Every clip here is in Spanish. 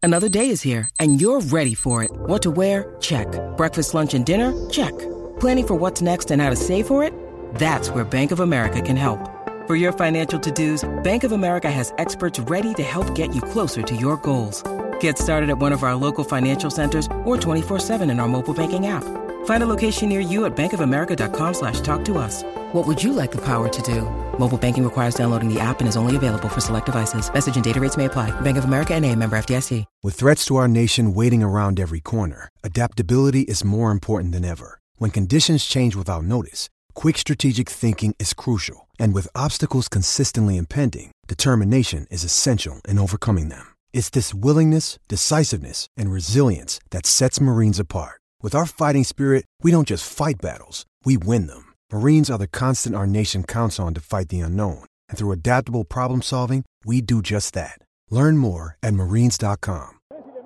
Another day is here, and you're ready for it. What to wear? Check. Breakfast, lunch, and dinner? Check. Planning for what's next and how to save for it? That's where Bank of America can help. For your financial to-dos, Bank of America has experts ready to help get you closer to your goals. Get started at one of our local financial centers or 24/7 in our mobile banking app. Find a location near you at bankofamerica.com/talktous. What would you like the power to do? Mobile banking requires downloading the app and is only available for select devices. Message and data rates may apply. Bank of America N.A., member FDIC. With threats to our nation waiting around every corner, adaptability is more important than ever. When conditions change without notice, quick strategic thinking is crucial. And with obstacles consistently impending, determination is essential in overcoming them. It's this willingness, decisiveness, and resilience that sets Marines apart. With our fighting spirit, we don't just fight battles, we win them. Marines are the constant our nation counts on to fight the unknown. And through adaptable problem solving, we do just that. Learn more at marines.com.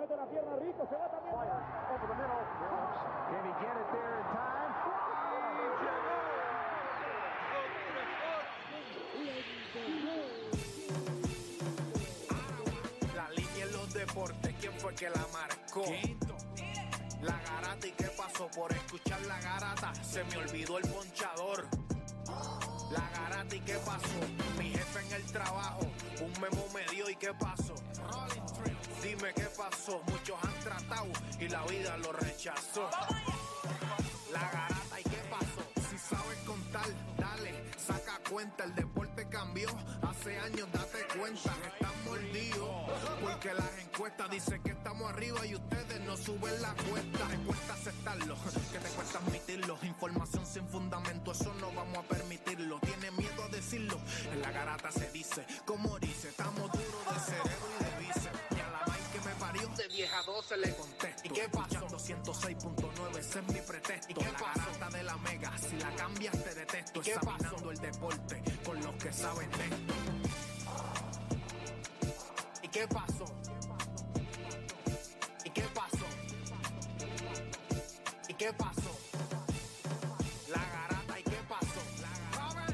La línea en los deportes, ¿quién fue que la marcó? La garata, ¿y qué pasó? Por escuchar la garata se me olvidó el ponchador. La garata, ¿y qué pasó? Mi jefe en el trabajo un memo me dio, ¿y qué pasó? Dime qué pasó. Muchos han tratado y la vida lo rechazó. La garata, ¿y qué pasó? Si sabes contar, dale, saca cuenta. El deporte cambió hace años, date cuenta. Están mordidos porque las encuestas dicen que estamos arriba y ustedes no suben la cuesta. Te cuesta aceptarlo, que te cuesta admitirlo. Información sin fundamento, eso no vamos a permitirlo. Tiene miedo a decirlo, en la garata se dice. Como dice, estamos duros de cerebro y de bíceps. Y a la vaina que me parió, de 10 a 12 le contesto. ¿Y qué pasó? 106.9, ese es mi pretexto. ¿Y qué la garata de la mega, si la cambias te detesto. ¿Qué examinando pasó? El deporte con los que saben de esto. ¿Y qué pasó? ¿Y qué pasó? ¿Y qué pasó? La garata, ¿y qué pasó? La garata.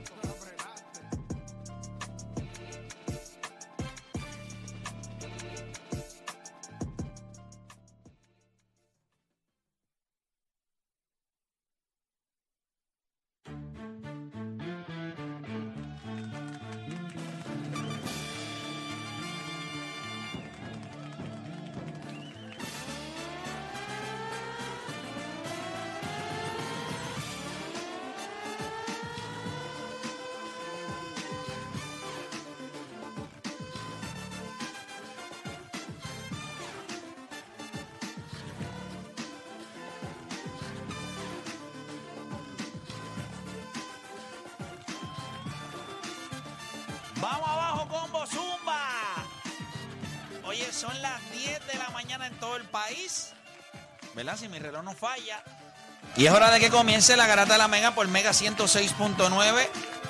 Vamos abajo, combo Zumba. Oye, son las 10 de la mañana en todo el país, ¿verdad? Si mi reloj no falla. Y es hora de que comience la garata de la Mega por Mega 106.9,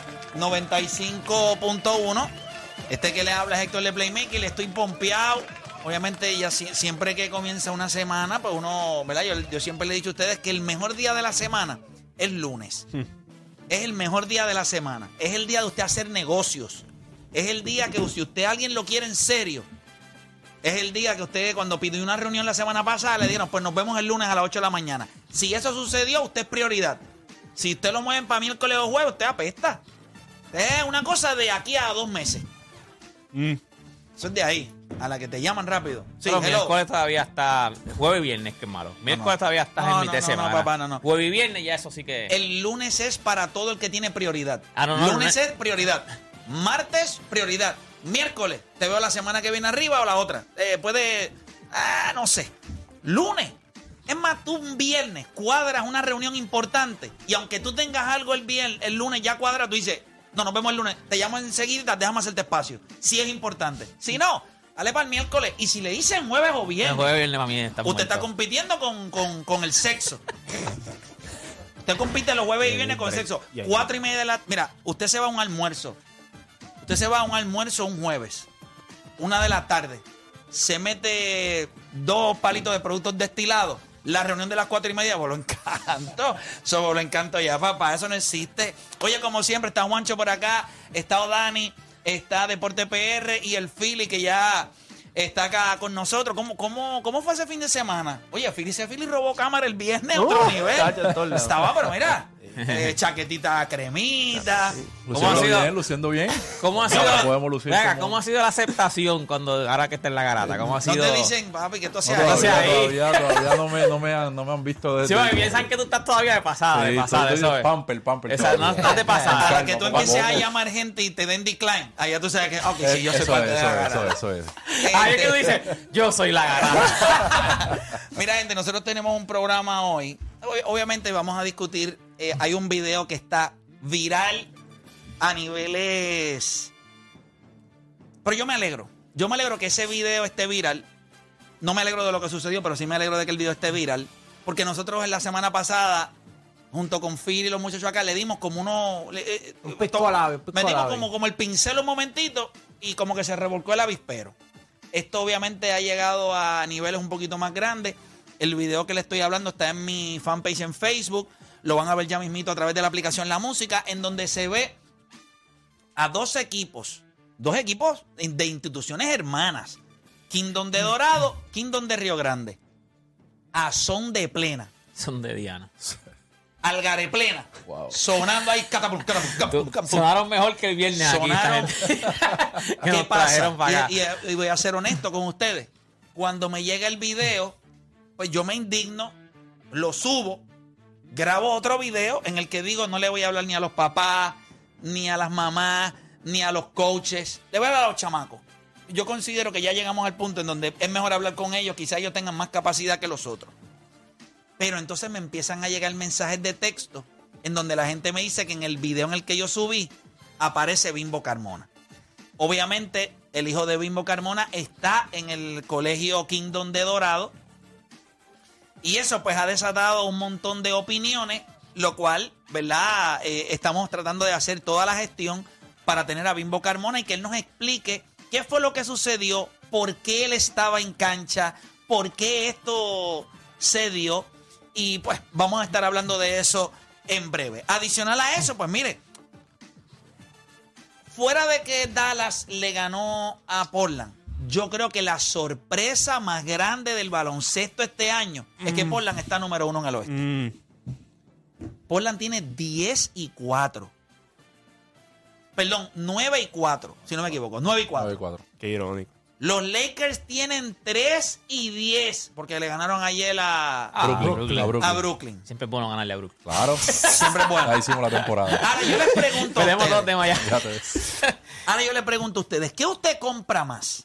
95.1. Este que le habla es Héctor de Playmaker y le estoy pompeado. Obviamente ya siempre que comienza una semana, pues uno, ¿verdad? Yo siempre le he dicho a ustedes que el mejor día de la semana es lunes. Es el mejor día de la semana. Es el día de usted hacer negocios. Es el día que si usted alguien lo quiere en serio, es el día que usted cuando pidió una reunión la semana pasada le dijeron, pues nos vemos el lunes a las 8 de la mañana. Si eso sucedió, usted es prioridad. Si usted lo mueven para miércoles o jueves, usted apesta. Es una cosa de aquí a 2 meses. Eso es de ahí, a la que te llaman rápido. Sí, pero miércoles todavía está. Jueves y viernes, que es malo. Miércoles todavía estás en mitad de semana. No, papá, no. Jueves y viernes ya eso sí que. El lunes es para todo el que tiene prioridad. Lunes es prioridad. Martes, prioridad. Miércoles, te veo la semana que viene arriba o la otra. No sé. Lunes. Es más, tú un viernes cuadras una reunión importante y aunque tú tengas algo el lunes ya cuadras, tú dices, no, nos vemos el lunes. Te llamo enseguida, déjame hacerte espacio. Si es importante. Si no, dale para el miércoles. Y si le dicen jueves o viernes. El jueves y viernes para mí está usted está compitiendo con el sexo. Usted compite los jueves y viernes con el sexo. 4:30 de la... Mira, usted se va a un almuerzo. Usted se va a un almuerzo un jueves. 1 de la tarde. Se mete 2 palitos de productos destilados. La reunión de las 4:30, pues lo encanto. Lo encanto ya, papá. Eso no existe. Oye, como siempre, está Juancho por acá. Está Odani. Está Deporte PR y el Philly, que ya está acá con nosotros. ¿Cómo fue ese fin de semana? Oye, Philly robó cámara el viernes a otro nivel. Estaba, pero mira, chaquetita cremita. Luciendo bien. ¿Cómo ha sido? Podemos lucir. Venga, ¿cómo ha sido la aceptación cuando ahora que está en la garata? ¿Cómo ha sido? No te dicen, papi, que esto sea Todavía no me han visto. Sí, porque piensan que tú estás todavía de pasada, eso es. Pamper. No estás de pasada. Para que tú empieces a llamar gente y te den decline. Allá tú sabes que, ok, sí, yo soy parte de la garata. Eso es. Ahí es que tú dices, yo soy la garata. Mira, gente, nosotros tenemos un programa hoy. Obviamente vamos a discutir. Hay un video que está viral a niveles. Pero yo me alegro. Yo me alegro que ese video esté viral. No me alegro de lo que sucedió, pero sí me alegro de que el video esté viral. Porque nosotros en la semana pasada, junto con Phil y los muchachos acá, le dimos como un pisco al ave. Metimos como el pincel un momentito y como que se revolcó el avispero. Esto obviamente ha llegado a niveles un poquito más grandes. El video que le estoy hablando está en mi fanpage en Facebook. Lo van a ver ya mismito a través de la aplicación La Música, en donde se ve a dos equipos de instituciones hermanas. Kingdom de Dorado, Kingdom de Río Grande. A son de plena. Son de Diana. Algaré plena. Wow. Sonando ahí. Sonaron mejor que el viernes Sonaron. aquí. Que ¿Qué nos pasa? trajeron para acá. Y voy a ser honesto con ustedes. Cuando me llega el video, pues yo me indigno, lo subo, grabo otro video en el que digo, no le voy a hablar ni a los papás, ni a las mamás, ni a los coaches. Le voy a hablar a los chamacos. Yo considero que ya llegamos al punto en donde es mejor hablar con ellos. Quizás ellos tengan más capacidad que los otros. Pero entonces me empiezan a llegar mensajes de texto en donde la gente me dice que en el video en el que yo subí aparece Bimbo Carmona. Obviamente, el hijo de Bimbo Carmona está en el colegio Kingdom de Dorado. Y eso pues ha desatado un montón de opiniones, lo cual, ¿verdad? Estamos tratando de hacer toda la gestión para tener a Bimbo Carmona y que él nos explique qué fue lo que sucedió, por qué él estaba en cancha, por qué esto se dio. Y pues vamos a estar hablando de eso en breve. Adicional a eso, pues mire, fuera de que Dallas le ganó a Portland, yo creo que la sorpresa más grande del baloncesto este año es que Portland está número 1 en el oeste. Portland tiene 10-4. Perdón, 9-4, si no me equivoco. 9-4. Qué irónico. Los Lakers tienen 3-10 porque le ganaron ayer a Brooklyn. Siempre es bueno ganarle a Brooklyn. Claro. Siempre es bueno. Ahí hicimos la temporada. Ahora yo les pregunto a Tenemos dos ustedes, temas ya. Fíjate. ahora yo les pregunto a ustedes, ¿qué usted compra más?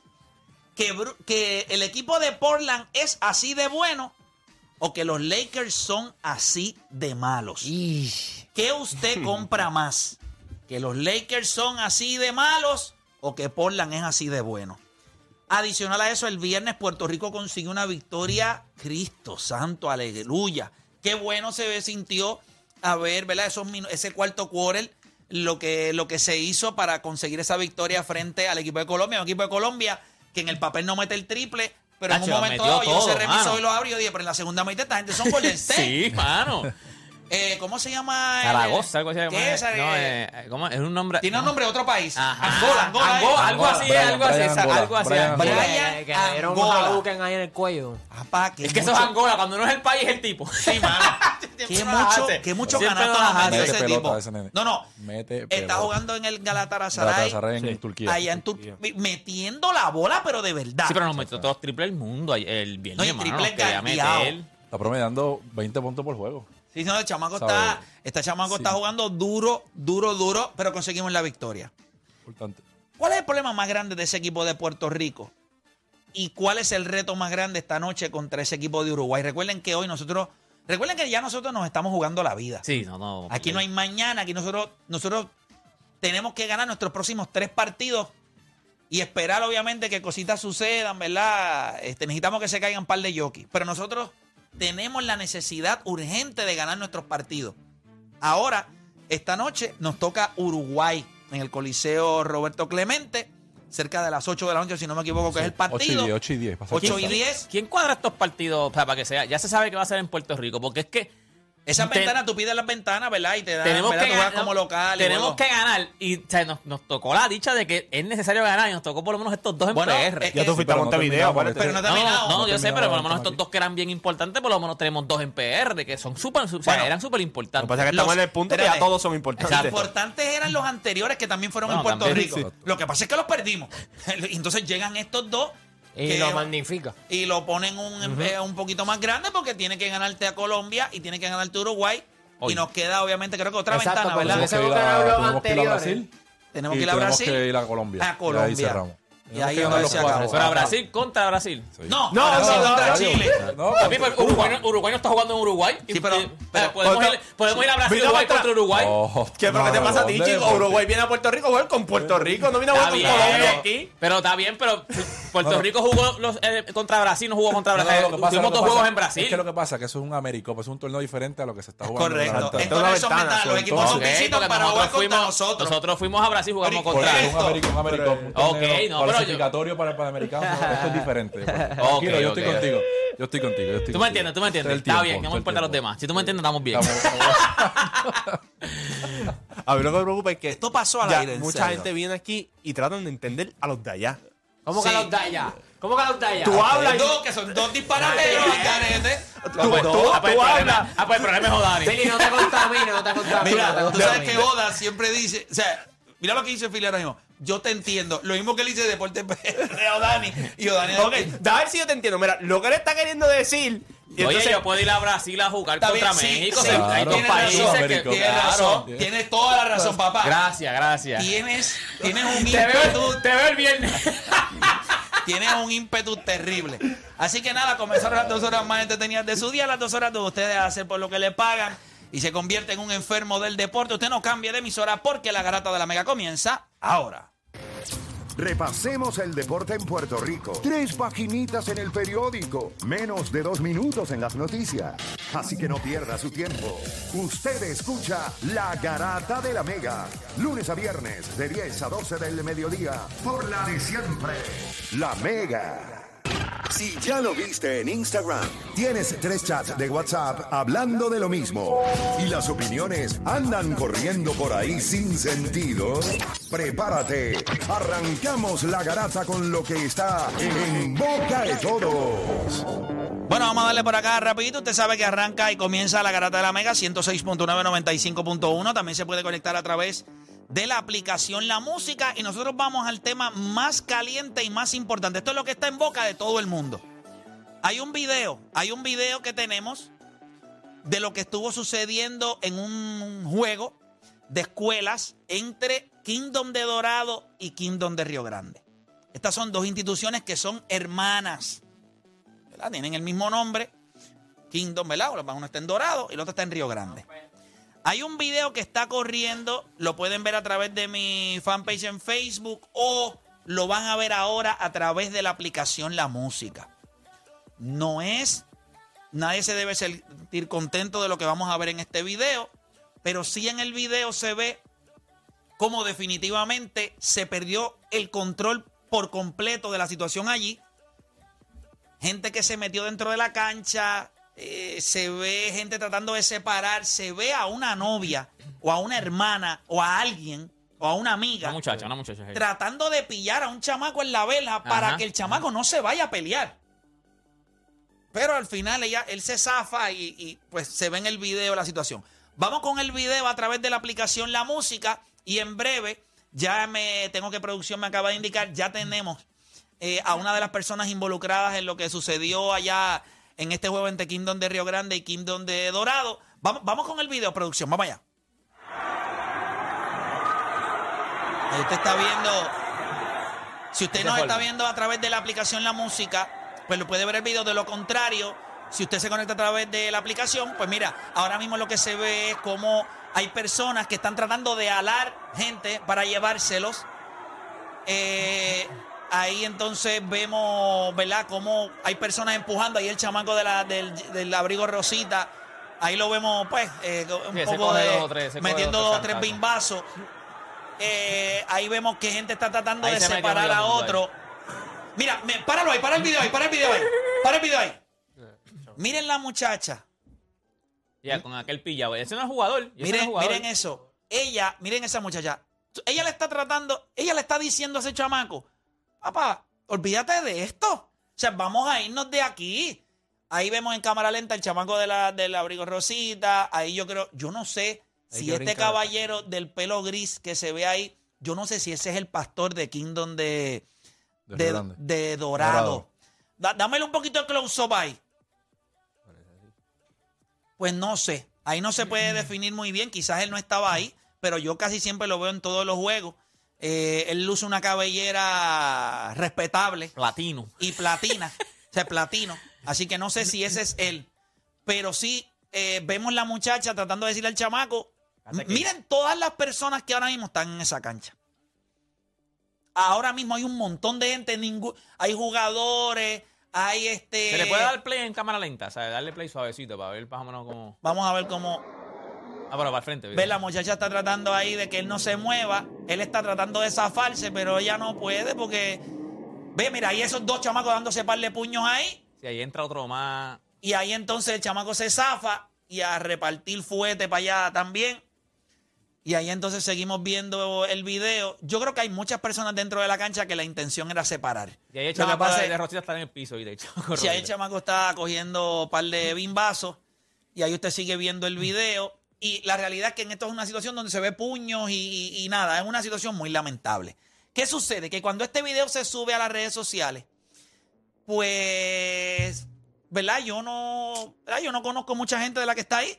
¿Que el equipo de Portland es así de bueno o que los Lakers son así de malos? ¿Qué usted compra más? ¿Que los Lakers son así de malos o que Portland es así de bueno? Adicional a eso, el viernes Puerto Rico consiguió una victoria. Cristo santo, aleluya. Qué bueno se sintió a ver, ¿verdad? Ese cuarto quarter, lo que se hizo para conseguir esa victoria frente al equipo de Colombia. Un equipo de Colombia que en el papel no mete el triple, pero en un momento dado yo se revisó y lo abrió y dije, pero en la segunda mitad esta gente son Golden State. Sí, mano. ¿Cómo se llama? Zaragoza, algo así. ¿Qué es? ¿Cómo? Es un nombre. Tiene un nombre de otro país. Ajá. Angola. Algo así, algo así. Brian Brian Que le dieron un Angola. Hadouken ahí en el cuello. Papá, Es que eso es Angola, cuando no es el país, es el tipo. Sí, mano. Qué mucho Siempre canasto nos nos metió Mete ese pelota tipo. ese nene. No. Mete Está pelota. jugando en el Galatasaray. Galatasaray en Turquía. Allá en Turquía. Metiendo la bola, pero de verdad. Sí, pero nos metió todos triple el mundo el viernes, No, y hermano, triple nos quería galdeado. meter. Está promediando 20 puntos por juego. Sí, no, el chamaco ¿Sabe? está jugando duro, pero conseguimos la victoria. Importante. ¿Cuál es el problema más grande de ese equipo de Puerto Rico? ¿Y cuál es el reto más grande esta noche contra ese equipo de Uruguay? Recuerden que ya nosotros nos estamos jugando la vida. Sí, no. Aquí no hay mañana, aquí nosotros tenemos que ganar nuestros próximos 3 partidos y esperar obviamente que cositas sucedan, ¿verdad? Necesitamos que se caigan un par de jockeys, pero nosotros tenemos la necesidad urgente de ganar nuestros partidos. Ahora, esta noche nos toca Uruguay en el Coliseo Roberto Clemente, cerca de las 8 de la noche, si no me equivoco, que es el partido. 8 y 10. 8 y 10. ¿Quién cuadra estos partidos para que sea? Ya se sabe que va a ser en Puerto Rico, porque es que Esas ventanas, tú pides las ventanas, ¿verdad? Y te dan, tenemos ¿verdad? que Tú juegas ganar, como local. tenemos que ganar. Y o sea, nos tocó la dicha de que es necesario ganar. Y nos tocó por lo menos estos dos en Bueno, PR. es Ya que- tú fuiste a pero no Montevideo, terminamos, acuérdate. Pero no te terminado. No, yo sé, pero por lo menos aquí. estos dos que eran bien importantes, por lo menos tenemos dos en PR, que son súper, o sea, Bueno, eran súper Lo que importantes. pasa es que estamos en el punto que ya espérate. todos son importantes. Los importantes eran los anteriores que también fueron Bueno, en Puerto también, Rico. sí. Lo que pasa es que los perdimos. Entonces llegan estos dos Y que- lo magnifica. y lo ponen un poquito más grande porque tiene que ganarte a Colombia y tiene que ganarte a Uruguay. Hoy. Y nos queda, obviamente, creo que otra Exacto, ventana, porque ¿verdad? se hubiesen ganado los tenemos que ir a anteriores. Brasil. Tenemos y que ir a Brasil. Tenemos que ir a Colombia. A Y ahí Colombia. cerramos. Y ahí Tenemos que donde ganar los se cuatro. acabó. Pero a Brasil contra Brasil. Sí. No, No, Brasil no, contra no, Chile. No, Papi, pero Uruguay no está jugando en Uruguay. Sí, pero- podemos ir a Brasil y Mira, Uruguay otra- contra Uruguay. Oh, ¿Qué pero qué te no, pasa a ti, ¿dónde? chico? Uruguay viene a Puerto Rico a jugar con Puerto Rico. No viene a Está jugar bien, con Colombia aquí. pero está bien, pero Puerto No, no. Rico jugó contra Brasil, no jugó contra No, Brasil. lo que pasa- Tuvimos lo que dos pasa juegos en Brasil. Es que lo que pasa es que eso es un Americopa, es un torneo diferente a lo que se está jugando. Correcto. en la Entonces, una son ventana, ventanas. Los son equipos todos. son Ok, visitas porque para jugar contra nosotros nosotros. fuimos a Brasil y jugamos Pero- contra Porque ellos. es un Americopa, un torneo Ok, no, pero clasificatorio para el Panamericano, esto es diferente. Tranquilo, Ok, yo estoy ok. contigo. Yo estoy contigo. Tú me entiendes. Este es el Está tiempo, bien, no este me es importa el los tiempo. demás. Si tú me entiendes, estamos bien. A mí lo que me preocupa es que Esto pasó al ya aire, en mucha serio. gente viene aquí y tratan de entender a los de allá. ¿Cómo que Sí. los da allá? ¿Cómo que los da allá? Tú hablas y- Dos, que son dos disparateros, carete. tú hablas. Pues el problema es Odani. Fili, no te contamines, no te contamines. Mira, no te tú sabes contamines. que Oda siempre dice, o sea, mira lo que dice Fili ahora mismo. Yo te entiendo. Lo mismo que le dice Deporte PR a Odani. Y Odani Ok, a ver si yo te entiendo. Mira, lo que él está queriendo decir. Y Oye, entonces- yo puedo ir a Brasil a jugar Está bien, contra sí, México. sí, Hay claro. dos tienes países razón, que... Américo. tienes razón, tienes toda la razón, papá. Gracias. Tienes un Te ímpetu, veo el viernes. tienes un ímpetu terrible. Así que nada, comenzaron las 2 horas más entretenidas de su día, las 2 horas de ustedes hacer por lo que le pagan y se convierte en un enfermo del deporte. Usted no cambie de emisora porque la garata de la Mega comienza ahora. Repasemos el deporte en Puerto Rico. 3 paginitas en el periódico. Menos de 2 minutos en las noticias. Así que no pierda su tiempo. Usted escucha La Garata de la Mega. Lunes a viernes de 10 a 12 del mediodía. Por la de siempre. La Mega. Si ya lo viste en Instagram, tienes 3 chats de WhatsApp hablando de lo mismo y las opiniones andan corriendo por ahí sin sentido, prepárate. Arrancamos la garata con lo que está en boca de todos. Bueno, vamos a darle por acá rapidito. Usted sabe que arranca y comienza la garata de la Mega 106.9, 95.1. También se puede conectar a través de la aplicación La Música. Y nosotros vamos al tema más caliente y más importante. Esto es lo que está en boca de todo el mundo. Hay un video que tenemos de lo que estuvo sucediendo en un juego de escuelas entre Kingdom de Dorado y Kingdom de Río Grande. Estas son dos instituciones que son hermanas, ¿verdad? Tienen el mismo nombre, Kingdom, ¿verdad? Uno está en Dorado y el otro está en Río Grande. Hay un video que está corriendo, lo pueden ver a través de mi fanpage en Facebook o lo van a ver ahora a través de la aplicación La Música. Nadie se debe sentir contento de lo que vamos a ver en este video, pero sí en el video se ve cómo definitivamente se perdió el control por completo de la situación allí. Gente que se metió dentro de la cancha, se ve gente tratando de separar, se ve a una novia o a una hermana o a alguien o a una amiga Una muchacha. tratando de pillar a un chamaco en la vela para Ajá. que el chamaco no se vaya a pelear. Pero al final él se zafa y pues se ve en el video la situación. Vamos con el video a través de la aplicación La Música y en breve, producción me acaba de indicar, ya tenemos a una de las personas involucradas en lo que sucedió allá en este juego entre Kingdom de Río Grande y Kingdom de Dorado. Vamos con el video, producción, vamos allá. Ahí usted está viendo, si usted nos está viendo a través de la aplicación La Música, pues lo puede ver el video. De lo contrario, si usted se conecta a través de la aplicación, pues mira, ahora mismo lo que se ve es cómo hay personas que están tratando de alar gente para llevárselos. Ahí entonces vemos, ¿verdad? Cómo hay personas empujando. Ahí el chamaco del abrigo rosita. Ahí lo vemos, pues, un Sí, poco metiendo dos o tres cantazos. bimbazos. Ahí vemos que gente está tratando Ahí de se metió separar medio a mundo otro. Mira, páralo ahí, para el video ahí. Miren la muchacha. Ya, con aquel pillado. Ese no es jugador. Miren eso. Miren esa muchacha. Ella le está diciendo a ese chamaco, papá, olvídate de esto. O sea, vamos a irnos de aquí. Ahí vemos en cámara lenta el chamaco del abrigo rosita. Ahí yo no sé si este caballero del pelo gris que se ve ahí, yo no sé si ese es el pastor de Kingdom de Dorado. Dámele un poquito de close-up ahí. Pues no sé. Ahí no se puede definir muy bien. Quizás él no estaba ahí, pero yo casi siempre lo veo en todos los juegos. Él luce una cabellera respetable. Platino. Y platina. O sea, platino. Así que no sé si ese es él. Pero sí, vemos la muchacha tratando de decirle al chamaco, miren todas las personas que ahora mismo están en esa cancha. Ahora mismo hay un montón de gente, hay jugadores, hay ¿Se le puede dar play en cámara lenta? O sea, darle play suavecito para ver más o menos cómo... Vamos a ver cómo... pero para el frente. Ve, la muchacha está tratando ahí de que él no se mueva. Él está tratando de zafarse, pero ella no puede porque... Ve, mira, hay esos dos chamacos dándose par de puños ahí. Sí, ahí entra otro más. Y ahí entonces el chamaco se zafa y a repartir fuete para allá también. Y ahí entonces seguimos viendo el video. Yo creo que hay muchas personas dentro de la cancha que la intención era separar. Y ahí el chamaco de Rosita está en el piso. Y de hecho, si ahí el chamaco está cogiendo un par de bimbazos y ahí usted sigue viendo el video. Y la realidad es que en esto es una situación donde se ve puños y nada. Es una situación muy lamentable. ¿Qué sucede? Que cuando este video se sube a las redes sociales, pues, ¿verdad? Yo no conozco mucha gente de la que está ahí.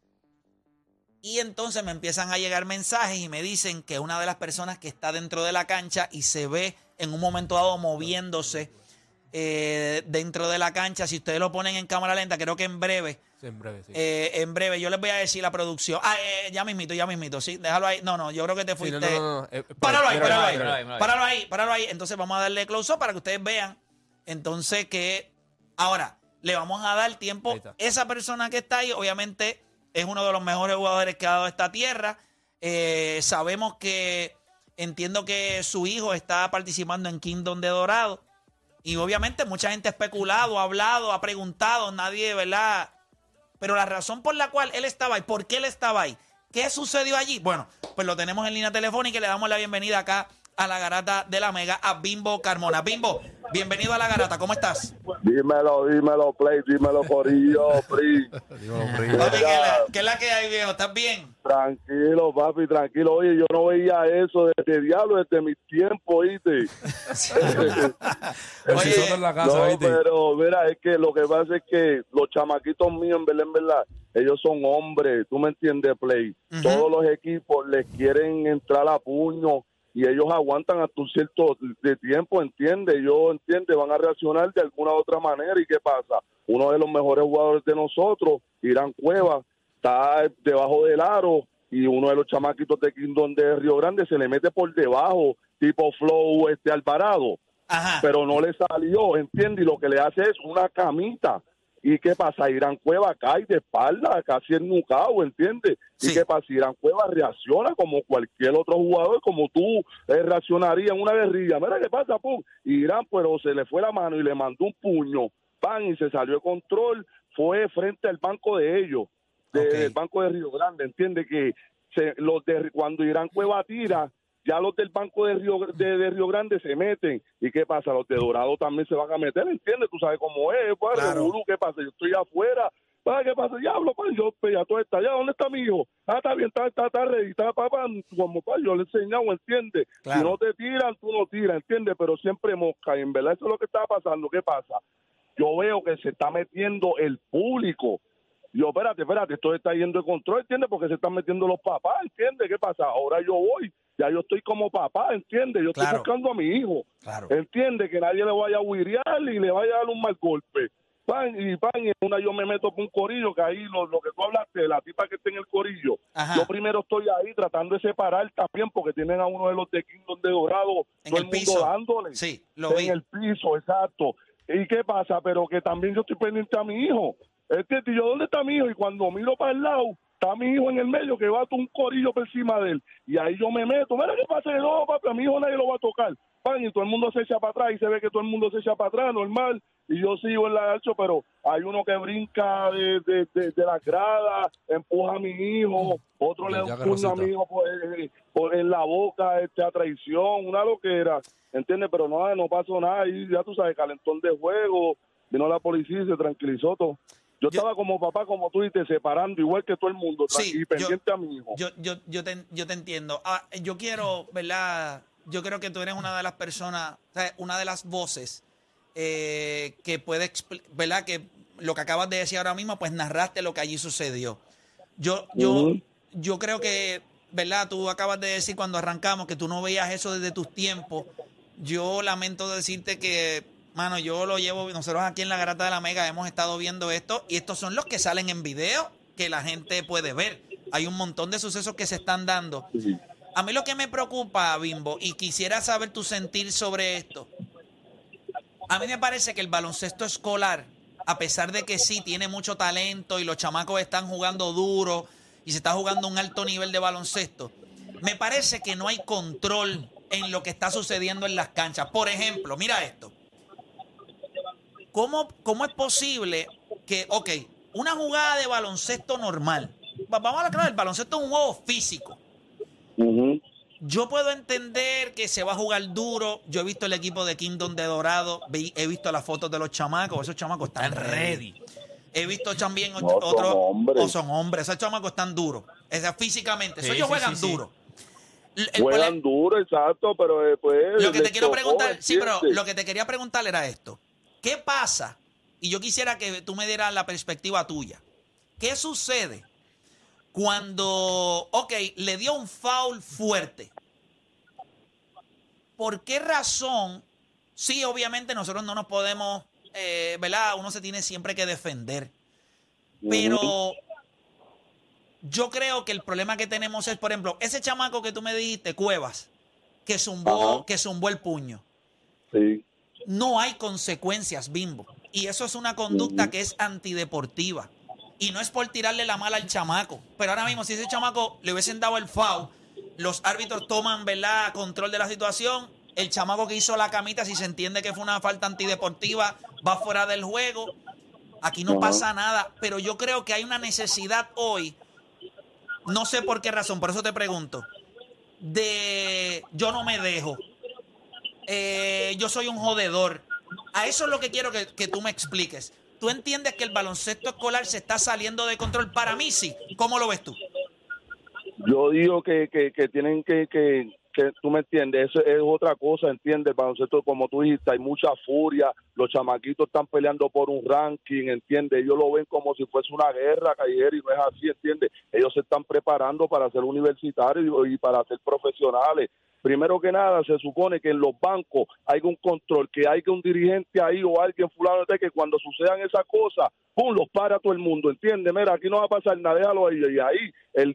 Y entonces me empiezan a llegar mensajes y me dicen que una de las personas que está dentro de la cancha y se ve en un momento dado moviéndose dentro de la cancha, si ustedes lo ponen en cámara lenta, creo que en breve. Sí, en breve, sí. En breve, yo les voy a decir la producción. Ya mismito, sí, déjalo ahí. No, yo creo que te fuiste. Sí, no. Páralo ahí. Entonces vamos a darle close up para que ustedes vean. Entonces ahora le vamos a dar tiempo. Esa persona que está ahí, obviamente, es uno de los mejores jugadores que ha dado esta tierra. Sabemos entiendo que su hijo está participando en Kingdom de Dorado. Y obviamente mucha gente ha especulado, ha hablado, ha preguntado, nadie, ¿verdad? Pero la razón por la cual él estaba ahí, ¿por qué él estaba ahí? ¿Qué sucedió allí? Bueno, pues lo tenemos en línea telefónica y le damos la bienvenida acá a la Garata de la Mega, a Bimbo Carmona. Bimbo, bienvenido a la Garata, ¿cómo estás? Dímelo, Play, dímelo, Corillo, Pri. ¿Qué es la que hay, viejo? ¿Estás bien? Tranquilo, papi, tranquilo. Oye, yo no veía eso desde diablo, desde mi tiempo, ¿viste? Oye, en la casa, no, ¿viste? pero mira, es que lo que pasa es que los chamaquitos míos, en verdad, ellos son hombres, ¿tú me entiendes, Play? Todos los equipos les quieren entrar a puño y ellos aguantan hasta un cierto de tiempo, ¿entiendes? Van a reaccionar de alguna otra manera. ¿Y qué pasa? Uno de los mejores jugadores de nosotros, Irán Cueva, está debajo del aro y uno de los chamaquitos de Kingdom de Río Grande se le mete por debajo, tipo Flow Alvarado. Ajá. Pero no le salió, ¿entiendes? Y lo que le hace es una camita. ¿Y qué pasa? Irán Cueva cae de espalda, casi ennucado, ¿entiendes? Sí. ¿Y qué pasa? Irán Cueva reacciona como cualquier otro jugador, como tú reaccionarías en una guerrilla. Mira qué pasa, pum. Irán, pero se le fue la mano y le mandó un puño, pan, y se salió de control. Fue frente al banco de ellos, del banco de Río Grande, ¿entiendes? Que cuando Irán Cueva tira, ya los del banco de Río Grande se meten. ¿Y qué pasa? Los de Dorado también se van a meter, ¿entiendes? Tú sabes cómo es, pues, claro. ¿Qué pasa? Yo estoy afuera. ¿Qué pasa? Diablo, pues, yo, pues, ya todo está allá. ¿Dónde está mi hijo? Está bien, está ready, está, papá, como, pues, yo le he enseñado, ¿entiendes? Claro. Si no te tiran, tú no tiras, ¿entiendes? Pero siempre mosca, y en verdad eso es lo que está pasando. ¿Qué pasa? Yo veo que se está metiendo el público. Yo, espérate, esto está yendo de control, ¿entiendes? Porque se están metiendo los papás, ¿entiendes? ¿Qué pasa? Ahora yo voy, ya yo estoy como papá, ¿entiendes? Yo estoy buscando a mi hijo, ¿entiendes? Que nadie le vaya a huirear y le vaya a dar un mal golpe. Y en una yo me meto por un corillo, que ahí lo que tú hablaste, la tipa que está en el corillo. Ajá. Yo primero estoy ahí tratando de separar también, porque tienen a uno de los de Kingdom de Dorado, En todo el el mundo piso. dándole. Sí, lo vi. En el piso, exacto. ¿Y qué pasa? Pero que también yo estoy pendiente a mi hijo. Y yo, ¿dónde está mi hijo? Y cuando miro para el lado, está mi hijo en el medio, que va un corillo por encima de él. Y ahí yo me meto. Mira qué pasa. No, papi, a mi hijo nadie lo va a tocar. pan, y todo el mundo se echa para atrás, y se ve que todo el mundo se echa para atrás, normal, y yo sigo en la gancho, pero hay uno que brinca de las gradas, empuja a mi hijo, otro le da un puño a mi hijo en la boca, a traición, una loquera, ¿entiendes? Pero no pasó nada, y ya tú sabes, calentón de juego, vino la policía y se tranquilizó todo. Yo estaba como papá, como tú dices, separando igual que todo el mundo, y pendiente a mi hijo. Yo te entiendo. Yo quiero, ¿verdad? Yo creo que tú eres una de las personas, o sea, una de las voces que puede, ¿verdad? Que lo que acabas de decir ahora mismo, pues narraste lo que allí sucedió. Yo creo que, ¿verdad? Tú acabas de decir cuando arrancamos que tú no veías eso desde tus tiempos. Yo lamento decirte que, mano, yo lo llevo, nosotros aquí en la Garata de la Mega hemos estado viendo esto, y estos son los que salen en video que la gente puede ver. Hay un montón de sucesos que se están dando. A mí lo que me preocupa, Bimbo, y quisiera saber tu sentir sobre esto, a mí me parece que el baloncesto escolar, a pesar de que sí tiene mucho talento y los chamacos están jugando duro y se está jugando un alto nivel de baloncesto, me parece que no hay control en lo que está sucediendo en las canchas. Por ejemplo, mira esto. ¿Cómo es posible que, una jugada de baloncesto normal, vamos a aclarar, el baloncesto es un juego físico. Yo puedo entender que se va a jugar duro. Yo he visto el equipo de Kingdom de Dorado, he visto las fotos de los chamacos, esos chamacos están ready. He visto también son hombres, esos chamacos están duros, físicamente, ellos juegan duro. Juegan duro, exacto, pero después... Lo que te quiero preguntar, pero lo que te quería preguntar era esto. ¿Qué pasa? Y yo quisiera que tú me dieras la perspectiva tuya. ¿Qué sucede cuando, le dio un foul fuerte? ¿Por qué razón? Sí, obviamente nosotros no nos podemos, ¿verdad? Uno se tiene siempre que defender. Pero yo creo que el problema que tenemos es, por ejemplo, ese chamaco que tú me dijiste, Cuevas, que zumbó el puño. Sí. No hay consecuencias, Bimbo. Y eso es una conducta que es antideportiva. Y no es por tirarle la mala al chamaco. Pero ahora mismo, si ese chamaco le hubiesen dado el foul, los árbitros toman, ¿verdad?, control de la situación. El chamaco que hizo la camita, si se entiende que fue una falta antideportiva, va fuera del juego. Aquí no pasa nada. Pero yo creo que hay una necesidad hoy, no sé por qué razón, por eso te pregunto, de yo no me dejo. Yo soy un jodedor. A eso es lo que quiero que tú me expliques. ¿Tú entiendes que el baloncesto escolar se está saliendo de control? Para mí sí. ¿Cómo lo ves tú? Yo digo que tienen que tú me entiendes, eso es otra cosa, ¿entiendes? El baloncesto, como tú dijiste, hay mucha furia, los chamaquitos están peleando por un ranking, ¿entiendes? Ellos lo ven como si fuese una guerra callejera y no es así, ¿entiendes? Ellos se están preparando para ser universitarios y para ser profesionales. Primero que nada, se supone que en los bancos hay un control, que hay que un dirigente ahí o alguien fulano de que cuando sucedan esas cosas, ¡pum!, los para todo el mundo, ¿entiendes? Mira, aquí no va a pasar nada, déjalo ahí. Y ahí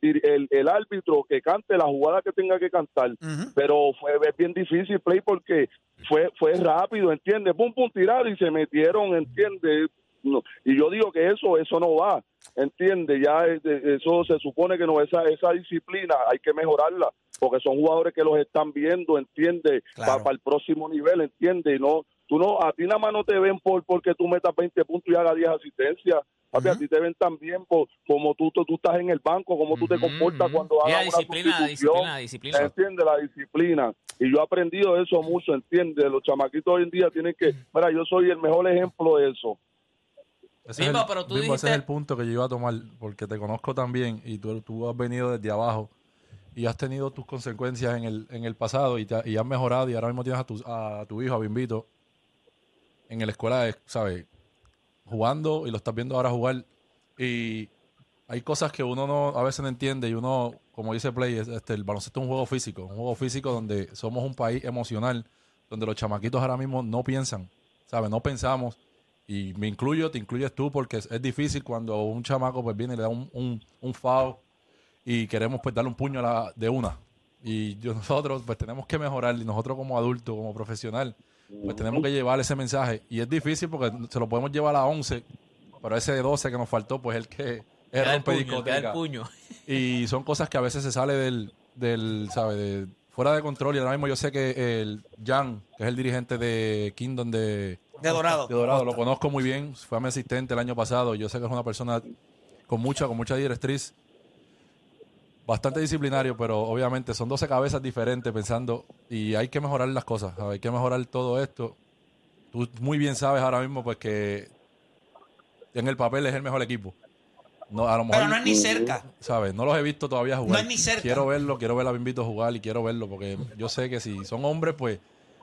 el árbitro que cante la jugada que tenga que cantar. Pero fue bien difícil, Play, porque fue rápido, ¿entiendes? Pum, pum, tirado y se metieron, ¿entiendes? No. Y yo digo que eso no va, ¿entiendes? Ya eso se supone que no, esa disciplina hay que mejorarla, porque son jugadores que los están viendo, ¿entiendes? Claro. Para el próximo nivel, ¿entiendes? No, a ti nada más no te ven porque tú metas 20 puntos y hagas 10 asistencias. Papi, a ti te ven también como tú estás en el banco, como tú te comportas cuando hagas una disciplina. ¿Entiendes? La disciplina. Y yo he aprendido eso mucho, ¿entiendes? Los chamaquitos hoy en día tienen que... Mira, yo soy el mejor ejemplo de eso. Ese es el punto que yo iba a tomar, porque te conozco también y tú has venido desde abajo y has tenido tus consecuencias en el pasado y has mejorado, y ahora mismo tienes a tu hijo, a Bimbito, en la escuela, ¿sabes?, jugando, y lo estás viendo ahora jugar, y hay cosas que uno a veces no entiende, y uno, como dice Play, el baloncesto es un juego físico donde somos un país emocional, donde los chamaquitos ahora mismo no piensan, ¿sabes?, no pensamos. Y me incluyo, te incluyes tú, porque es difícil cuando un chamaco pues viene y le da un foul y queremos pues darle un puño de una. Y nosotros pues tenemos que mejorar, y nosotros como adultos, como profesional, pues tenemos que llevar ese mensaje. Y es difícil porque se lo podemos llevar a 11, pero ese de 12 que nos faltó, pues el que es rompe discoteca. puño. Y son cosas que a veces se sale del ¿sabes?, fuera de control. Y ahora mismo yo sé que el Jan, que es el dirigente de Kingdom de Dorado. lo conozco muy bien. Fue mi asistente el año pasado. Yo sé que es una persona con mucha directriz. Bastante disciplinario, pero obviamente son 12 cabezas diferentes pensando y hay que mejorar las cosas, ¿sabes? Hay que mejorar todo esto. Tú muy bien sabes ahora mismo pues que en el papel es el mejor equipo. No, a lo mejor, pero no es ni cerca. ¿Sabes? No los he visto todavía jugar. No es ni cerca. Quiero ver a Bimbito jugar y quiero verlo porque yo sé que si son hombres pues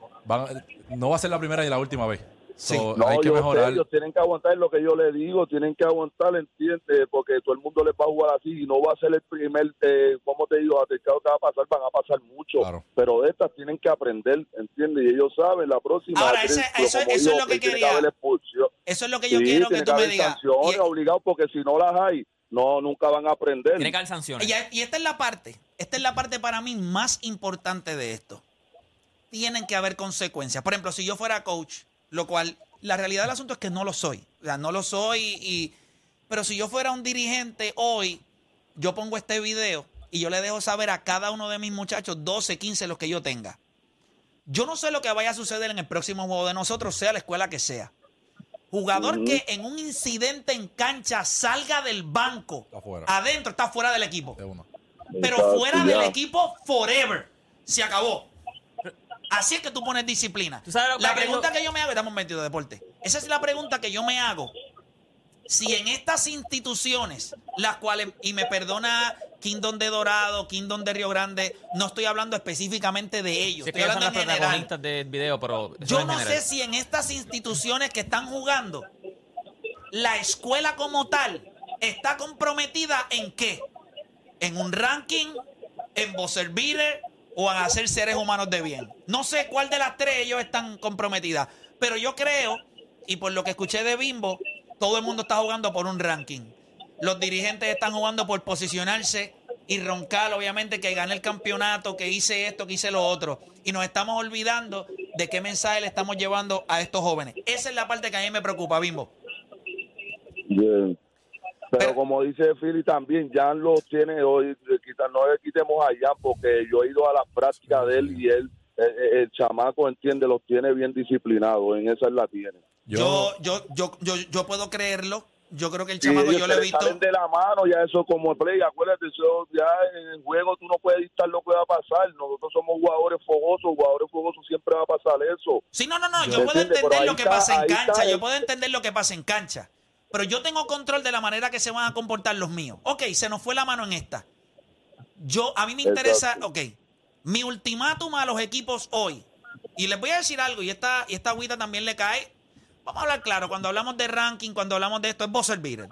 no va a ser la primera y la última vez. Sí. No, hay que mejorar. Ellos tienen que aguantar lo que yo les digo, tienen que aguantar, ¿entiendes? Porque todo el mundo les va a jugar así y no va a ser el primer, ¿cómo te digo? Atentado que va a pasar, van a pasar mucho. Claro. Pero de estas tienen que aprender, ¿entiendes? Y ellos saben, la próxima. Ahora, eso es lo que quería. Eso es lo que yo quiero que tú me digas. Sanciones obligados, porque si no las hay, nunca van a aprender. Tiene que haber sanciones. Y esta es la parte para mí más importante de esto. Tienen que haber consecuencias. Por ejemplo, si yo fuera coach, lo cual, la realidad del asunto es que no lo soy. O sea, no lo soy. Pero si yo fuera un dirigente hoy, yo pongo este video y yo le dejo saber a cada uno de mis muchachos, 12, 15, los que yo tenga. Yo no sé lo que vaya a suceder en el próximo juego de nosotros, sea la escuela que sea. Jugador que en un incidente en cancha salga del banco, adentro, está fuera del equipo. Pero fuera del equipo forever. Se acabó. Así es que tú pones disciplina. La pregunta que yo me hago, estamos metidos de deporte. Esa es la pregunta que yo me hago. Si en estas instituciones, las cuales, y me perdona Kingdom de Dorado, Kingdom de Río Grande, no estoy hablando específicamente de ellos. Sí, estoy hablando son las en general. protagonistas del video, pero yo no sé si en estas instituciones que están jugando, la escuela como tal está comprometida en qué. En un ranking, en buzzer beater o en hacer seres humanos de bien. No sé cuál de las tres ellos están comprometidas. Pero yo creo, y por lo que escuché de Bimbo, todo el mundo está jugando por un ranking. Los dirigentes están jugando por posicionarse y roncar, obviamente, que gané el campeonato, que hice esto, que hice lo otro. Y nos estamos olvidando de qué mensaje le estamos llevando a estos jóvenes. Esa es la parte que a mí me preocupa, Bimbo. Bien. Pero como dice Philly también, Jan los tiene hoy, no le quitemos a Jan porque yo he ido a las prácticas de él y él, el chamaco, entiende, los tiene bien disciplinados, en esa él la tiene. Yo puedo creerlo. Yo creo que el chamaco yo lo he visto. Salen de la mano, ya eso como play, acuérdate, eso ya en el juego tú no puedes dictar lo que va a pasar. Nosotros somos jugadores fogosos siempre va a pasar eso. Sí, no, yo puedo entender lo que pasa en cancha, yo puedo entender lo que pasa en cancha. Pero yo tengo control de la manera que se van a comportar los míos. Ok, se nos fue la mano en esta. A mí me interesa, ok, mi ultimátum a los equipos hoy. Y les voy a decir algo, y esta agüita también le cae. Vamos a hablar claro, cuando hablamos de ranking, cuando hablamos de esto, es buzzer beater.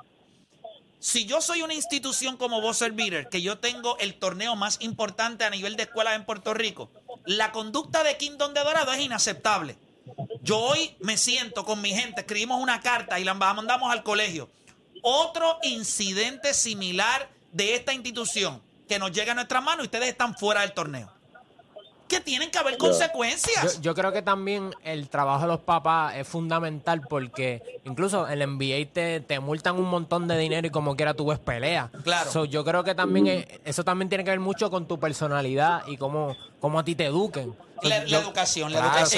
Si yo soy una institución como buzzer beater, que yo tengo el torneo más importante a nivel de escuelas en Puerto Rico, la conducta de Kingdom de Dorado es inaceptable. Yo hoy me siento con mi gente, escribimos una carta y la mandamos al colegio. Otro incidente similar de esta institución que nos llega a nuestras manos y ustedes están fuera del torneo. Que tienen que haber consecuencias. Yo creo que también el trabajo de los papás es fundamental porque incluso en el NBA te multan un montón de dinero y como quiera tú ves pelea. Claro. So, yo creo que también eso también tiene que ver mucho con tu personalidad y cómo a ti te eduquen. La educación.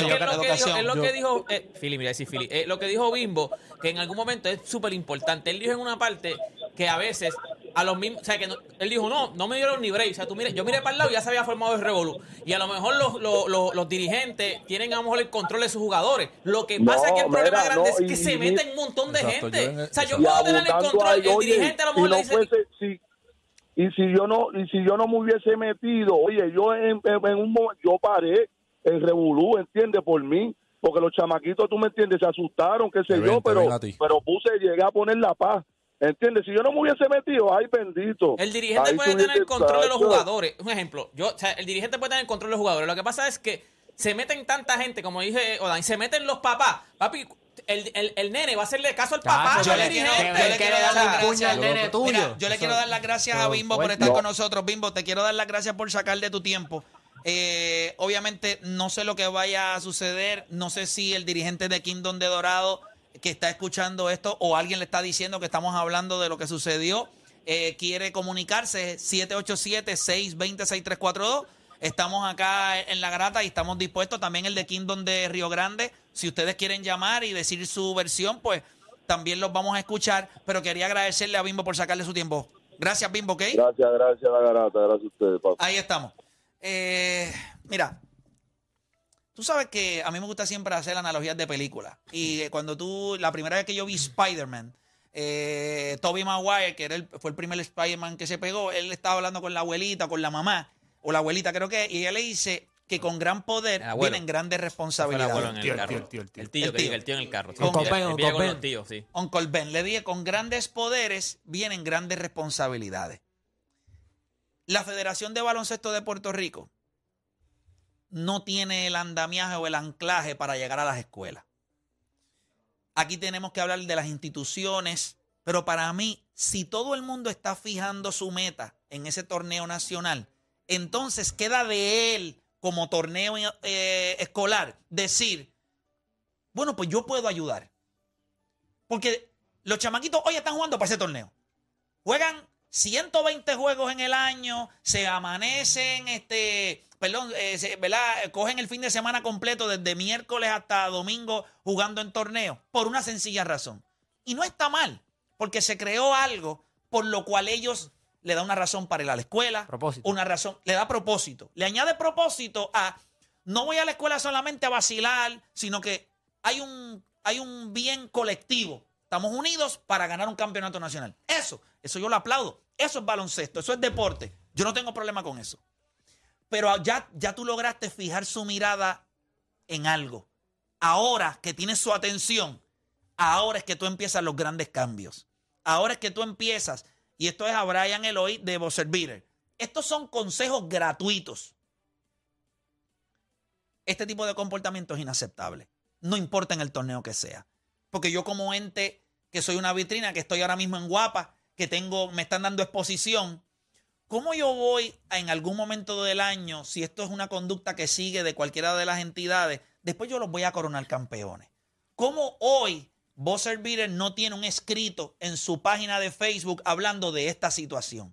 Es lo que dijo Philly, mira, sí, Philly. Lo que dijo Bimbo, que en algún momento es súper importante. Él dijo en una parte que a veces a los mismos, o sea, que él dijo, no me dieron ni break. O sea, yo miré para el lado y ya se había formado el revolú. Y a lo mejor los dirigentes tienen a lo mejor el control de sus jugadores. Lo que pasa es que el problema grande es que se meten un montón de gente. O sea, yo puedo tener el control y el dirigente a lo mejor le dice... Y si yo no me hubiese metido, oye, yo en un momento, yo paré el revolú, ¿entiendes? Por mí, porque los chamaquitos, tú me entiendes, se asustaron, qué sé yo, pero llegué a poner la paz, ¿entiendes? Si yo no me hubiese metido, ay, bendito. El dirigente puede tener el control de los jugadores. Un ejemplo, el dirigente puede tener el control de los jugadores. Lo que pasa es que se meten tanta gente, como dije Odan, se meten los papás. Papi, el nene va a hacerle caso al papá. Yo le quiero dar las gracias al nene tuyo. Mira, yo le quiero dar las gracias a Bimbo por estar con nosotros. Bimbo, te quiero dar las gracias por sacar de tu tiempo. Obviamente no sé lo que vaya a suceder. No sé si el dirigente de Kingdom de Dorado que está escuchando esto o alguien le está diciendo que estamos hablando de lo que sucedió quiere comunicarse. 787-620-6342. Estamos acá en La Garata y estamos dispuestos. También el de Kingdom de Río Grande. Si ustedes quieren llamar y decir su versión, pues también los vamos a escuchar. Pero quería agradecerle a Bimbo por sacarle su tiempo. Gracias, Bimbo, ¿ok? Gracias, La Garata. Gracias a ustedes, papá. Ahí estamos. Mira, tú sabes que a mí me gusta siempre hacer analogías de películas. Y la primera vez que yo vi Spider-Man, Tobey Maguire, que fue el primer Spider-Man que se pegó, él estaba hablando con la abuelita, con la mamá, o la abuelita creo que, y ella le dice que con gran poder vienen grandes responsabilidades. El tío en el carro. Uncle Ben. Le dije, con grandes poderes vienen grandes responsabilidades. La Federación de Baloncesto de Puerto Rico no tiene el andamiaje o el anclaje para llegar a las escuelas. Aquí tenemos que hablar de las instituciones, pero para mí, si todo el mundo está fijando su meta en ese torneo nacional, entonces queda de él como torneo escolar decir, bueno, pues yo puedo ayudar. Porque los chamaquitos hoy están jugando para ese torneo. Juegan 120 juegos en el año, se amanecen, cogen el fin de semana completo desde miércoles hasta domingo jugando en torneo por una sencilla razón. Y no está mal, porque se creó algo por lo cual ellos le da una razón para ir a la escuela, una razón, le da propósito. Le añade propósito a, no voy a la escuela solamente a vacilar, sino que hay un bien colectivo. Estamos unidos para ganar un campeonato nacional. Eso yo lo aplaudo. Eso es baloncesto, eso es deporte. Yo no tengo problema con eso. Pero ya tú lograste fijar su mirada en algo. Ahora que tienes su atención, ahora es que tú empiezas los grandes cambios. Ahora es que tú empiezas, y esto es a Brian Eloy de Buzzer Beater. Estos son consejos gratuitos. Este tipo de comportamiento es inaceptable. No importa en el torneo que sea. Porque yo como ente que soy una vitrina, que estoy ahora mismo en Guapa, que me están dando exposición, ¿cómo yo voy en algún momento del año, si esto es una conducta que sigue de cualquiera de las entidades, después yo los voy a coronar campeones? ¿Cómo hoy Buzzer Beater no tiene un escrito en su página de Facebook hablando de esta situación?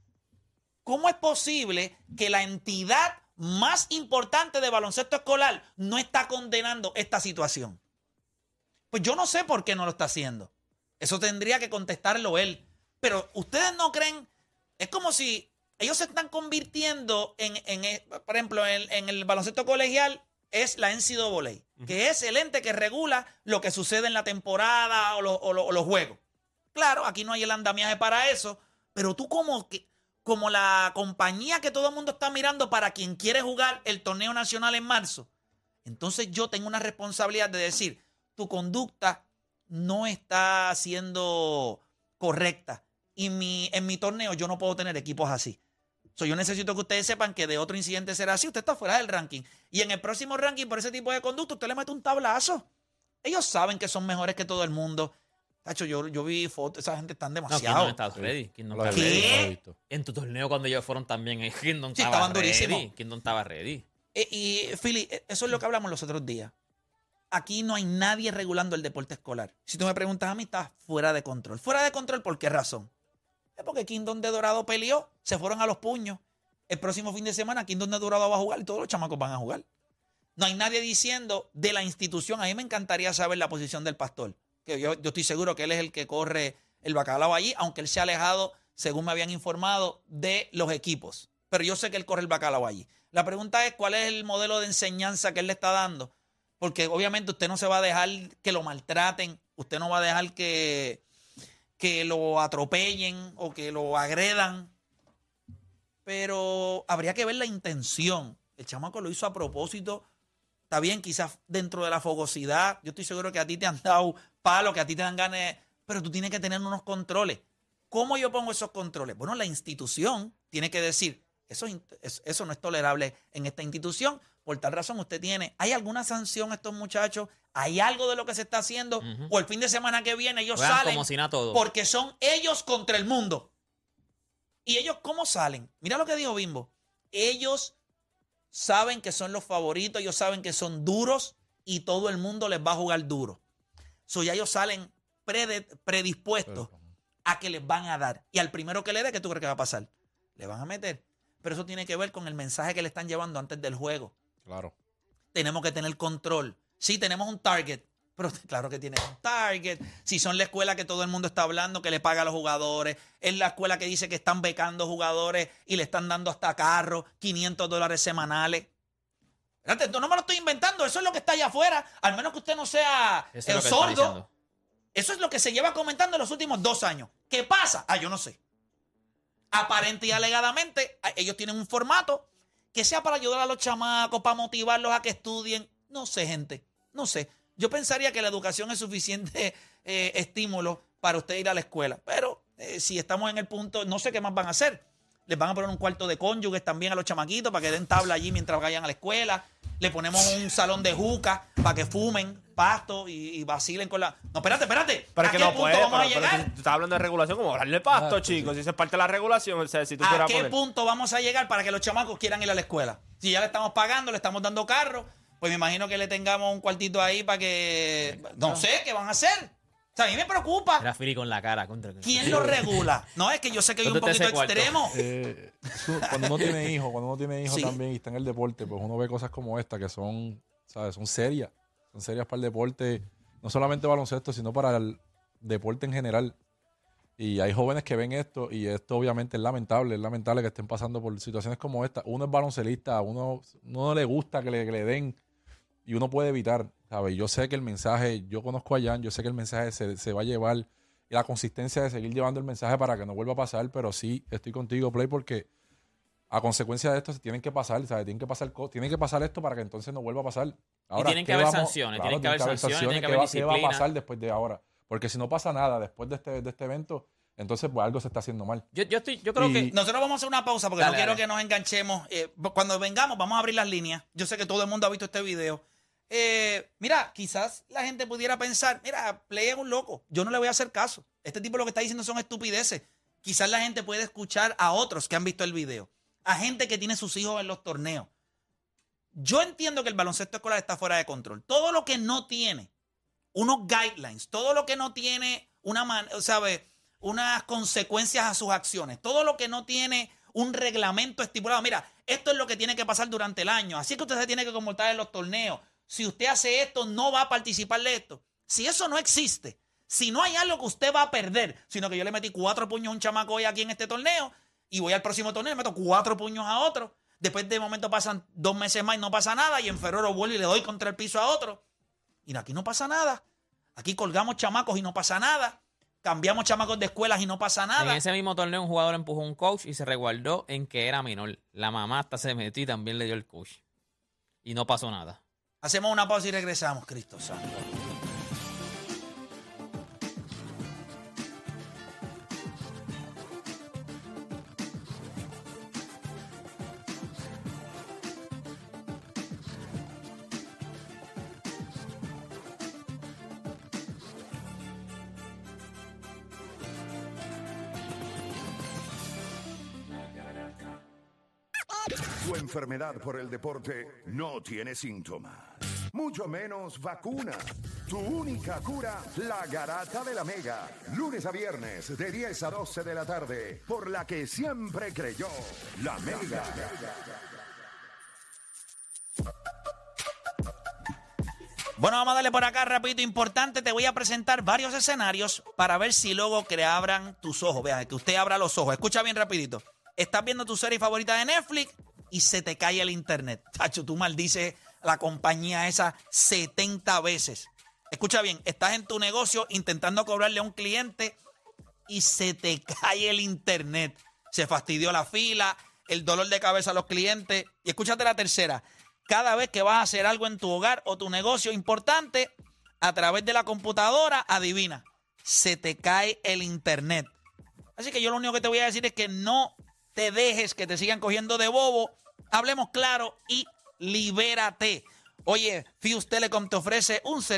¿Cómo es posible que la entidad más importante de baloncesto escolar no está condenando esta situación? Pues yo no sé por qué no lo está haciendo. Eso tendría que contestarlo él. Pero ustedes no creen, es como si ellos se están convirtiendo por ejemplo, en el baloncesto colegial es la NCAA, que es el ente que regula lo que sucede en la temporada o los juegos. Claro, aquí no hay el andamiaje para eso, pero tú como la compañía que todo el mundo está mirando para quien quiere jugar el torneo nacional en marzo, entonces yo tengo una responsabilidad de decir, tu conducta no está siendo correcta. Y en mi torneo yo no puedo tener equipos así. Yo necesito que ustedes sepan que de otro incidente será así. Usted está fuera del ranking. Y en el próximo ranking, por ese tipo de conducta, usted le mete un tablazo. Ellos saben que son mejores que todo el mundo. Tacho, yo vi fotos, esa gente están demasiado. No está ready. ¿Qué? En tu torneo cuando ellos fueron también, Kingdom estaba ready. Kingdom estaba ready. Y Philly, eso es lo que hablamos los otros días. Aquí no hay nadie regulando el deporte escolar. Si tú me preguntas a mí, está fuera de control. ¿Fuera de control por qué razón? Es porque Kingdom de Dorado peleó, se fueron a los puños. El próximo fin de semana Kingdom de Dorado va a jugar y todos los chamacos van a jugar. No hay nadie diciendo de la institución. A mí me encantaría saber la posición del pastor. Que yo estoy seguro que él es el que corre el bacalao allí, aunque él se ha alejado, según me habían informado, de los equipos. Pero yo sé que él corre el bacalao allí. La pregunta es, ¿cuál es el modelo de enseñanza que él le está dando? Porque obviamente usted no se va a dejar que lo maltraten, usted no va a dejar que lo atropellen o que lo agredan. Pero habría que ver la intención. El chamaco lo hizo a propósito. Está bien, quizás dentro de la fogosidad. Yo estoy seguro que a ti te han dado palo, que a ti te dan ganas. Pero tú tienes que tener unos controles. ¿Cómo yo pongo esos controles? Bueno, la institución tiene que decir, eso no es tolerable en esta institución. Por tal razón, usted tiene, ¿hay alguna sanción a estos muchachos? ¿Hay algo de lo que se está haciendo? O el fin de semana que viene ellos salen como si nada todo. Porque son ellos contra el mundo. ¿Y ellos cómo salen? Mira lo que dijo Bimbo. Ellos saben que son los favoritos, ellos saben que son duros y todo el mundo les va a jugar duro. Ya ellos salen predispuestos a que les van a dar. Y al primero que le dé, ¿qué tú crees que va a pasar? Le van a meter. pero eso tiene que ver con el mensaje que le están llevando antes del juego. Claro. Tenemos que tener control. Sí, tenemos un target, pero claro que tiene un target. Si son la escuela que todo el mundo está hablando, que le paga a los jugadores, es la escuela que dice que están becando jugadores y le están dando hasta carros, $500 semanales. Espérate, no me lo estoy inventando, eso es lo que está allá afuera, al menos que usted no sea sordo. Eso es lo que se lleva comentando en los últimos 2 años. ¿Qué pasa? Yo no sé. Aparente y alegadamente, ellos tienen un formato que sea para ayudar a los chamacos, para motivarlos a que estudien. No sé, gente, no sé. Yo pensaría que la educación es suficiente estímulo para usted ir a la escuela. Pero si estamos en el punto, no sé qué más van a hacer. Les van a poner un cuarto de cónyuges también a los chamaquitos para que den tabla allí mientras vayan a la escuela. Le ponemos un salón de juca para que fumen pasto y vacilen con la... No, espérate. Pero es que no puede. Vamos a llegar? Pero tú estás hablando de regulación, como hablarle pasto, chicos. Si eso es parte de la regulación, o sea, si tú ¿A qué punto vamos a llegar para que los chamacos quieran ir a la escuela? Si ya le estamos pagando, le estamos dando carro, pues me imagino que le tengamos un cuartito ahí para que... No sé, ¿qué van a hacer? O sea, a mí me preocupa. Era Philly con la cara. ¿Quién lo regula? No, es que yo sé que hay un poquito extremo. Cuando uno tiene hijos sí. También y está en el deporte, pues uno ve cosas como esta que son, ¿sabes? Son serias. Son serias para el deporte, no solamente baloncesto, sino para el deporte en general. Y hay jóvenes que ven esto y esto obviamente es lamentable que estén pasando por situaciones como esta. Uno es baloncelista, uno no le gusta que le den y uno puede evitar, ¿sabes? Yo sé que el mensaje, yo conozco a Jan, yo sé que el mensaje se va a llevar y la consistencia de seguir llevando el mensaje para que no vuelva a pasar, pero sí estoy contigo, Play, porque a consecuencia de esto se tienen que pasar, ¿sabes? Tiene que pasar esto para que entonces no vuelva a pasar. Ahora, y tienen que haber sanciones, tienen que haber sanciones, ¿qué va a pasar después de ahora? Porque si no pasa nada después de este evento, entonces pues algo se está haciendo mal. Yo creo que... Nosotros vamos a hacer una pausa porque no quiero que nos enganchemos. Cuando vengamos vamos a abrir las líneas. Yo sé que todo el mundo ha visto este video. Mira, quizás la gente pudiera pensar, mira, Play es un loco, yo no le voy a hacer caso. Este tipo lo que está diciendo son estupideces. Quizás la gente puede escuchar a otros que han visto el video, a gente que tiene sus hijos en los torneos. Yo entiendo que el baloncesto escolar está fuera de control. Todo lo que no tiene unos guidelines, todo lo que no tiene unas consecuencias a sus acciones, todo lo que no tiene un reglamento estipulado. Mira, esto es lo que tiene que pasar durante el año. Así que usted se tiene que comportar en los torneos. Si usted hace esto, no va a participar de esto. Si eso no existe, si no hay algo que usted va a perder, sino que yo le metí 4 puños a un chamaco hoy aquí en este torneo y voy al próximo torneo y meto 4 puños a otro. Después de momento pasan 2 meses más y no pasa nada y en febrero vuelvo y le doy contra el piso a otro. Y aquí no pasa nada. Aquí colgamos chamacos y no pasa nada. Cambiamos chamacos de escuelas y no pasa nada. En ese mismo torneo un jugador empujó a un coach y se resguardó en que era menor. La mamá hasta se metió y también le dio el coach. Y no pasó nada. Hacemos una pausa y regresamos, Cristo Santo. Tu enfermedad por el deporte no tiene síntomas, mucho menos vacuna. Tu única cura, la Garata de la Mega. Lunes a viernes de 10 a 12 de la tarde, por la que siempre creyó, la Mega. Bueno, vamos a darle por acá rapidito. Importante, te voy a presentar varios escenarios para ver si luego que abran tus ojos. Vea, que usted abra los ojos. Escucha bien rapidito. Estás viendo tu serie favorita de Netflix y se te cae el internet. Tacho, tú maldices la compañía esa 70 veces. Escucha bien, estás en tu negocio intentando cobrarle a un cliente y se te cae el internet. Se fastidió la fila, el dolor de cabeza a los clientes. Y escúchate la tercera. Cada vez que vas a hacer algo en tu hogar o tu negocio importante, a través de la computadora, adivina, se te cae el internet. Así que yo lo único que te voy a decir es que no te dejes que te sigan cogiendo de bobo. Hablemos claro y libérate. Oye, Fuse Telecom te ofrece un servicio